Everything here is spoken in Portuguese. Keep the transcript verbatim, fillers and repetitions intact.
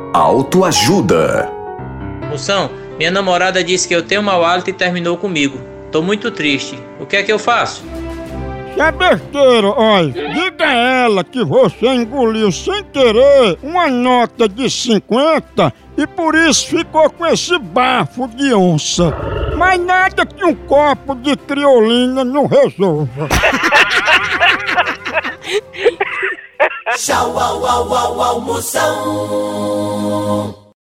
Autoajuda. Moção, minha namorada disse que eu tenho mau hálito e terminou comigo. Tô muito triste. O que é que eu faço? Isso é besteira, olha. Diga a ela que você engoliu sem querer uma nota de cinquenta e por isso ficou com esse bafo de onça. Mas nada que um copo de criolina não resolva. Tchau, au, au, au, au, Moção.